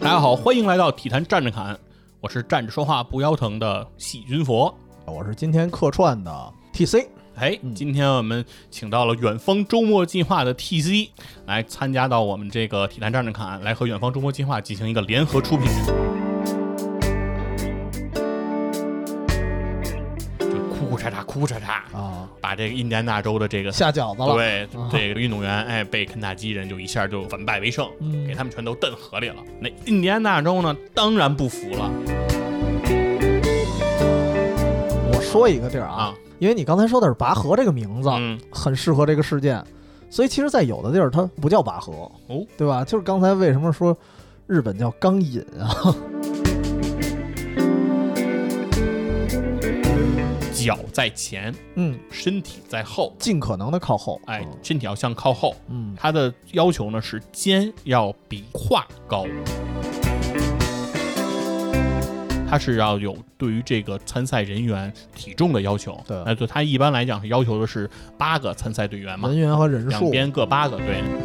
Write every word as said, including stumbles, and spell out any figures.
大家好，欢迎来到体坛站着侃，我是站着说话不腰疼的细菌佛， 我是今天客串的 T C。 哎，今天我们请到了远方周末计划的 T C 来参加到我们这个体坛站着侃，来和远方周末计划进行一个联合出品。哭嚓嚓哭嚓嚓啊！把这个印第安纳州的这个下饺子了， 对、啊、这个运动员哎被肯塔基人就一下就反败为胜、嗯，给他们全都蹬河里了。那印第安纳州呢，当然不服了。 我说一个地儿 啊, 啊，因为你刚才说的是拔河这个名字、嗯，很适合这个事件，所以其实，在有的地儿它不叫拔河哦，对吧？就是刚才为什么说日本叫钢引啊？ 脚在前，嗯，身体在后， 尽可能的靠后， 哎，嗯、身体要向靠后，嗯，它的要求呢是肩要比胯高，它是要有对于这个参赛人员体重的要求， 对， 那就它一般来讲是要求的是八个参赛队员嘛， 人员和人数两边各八个，对。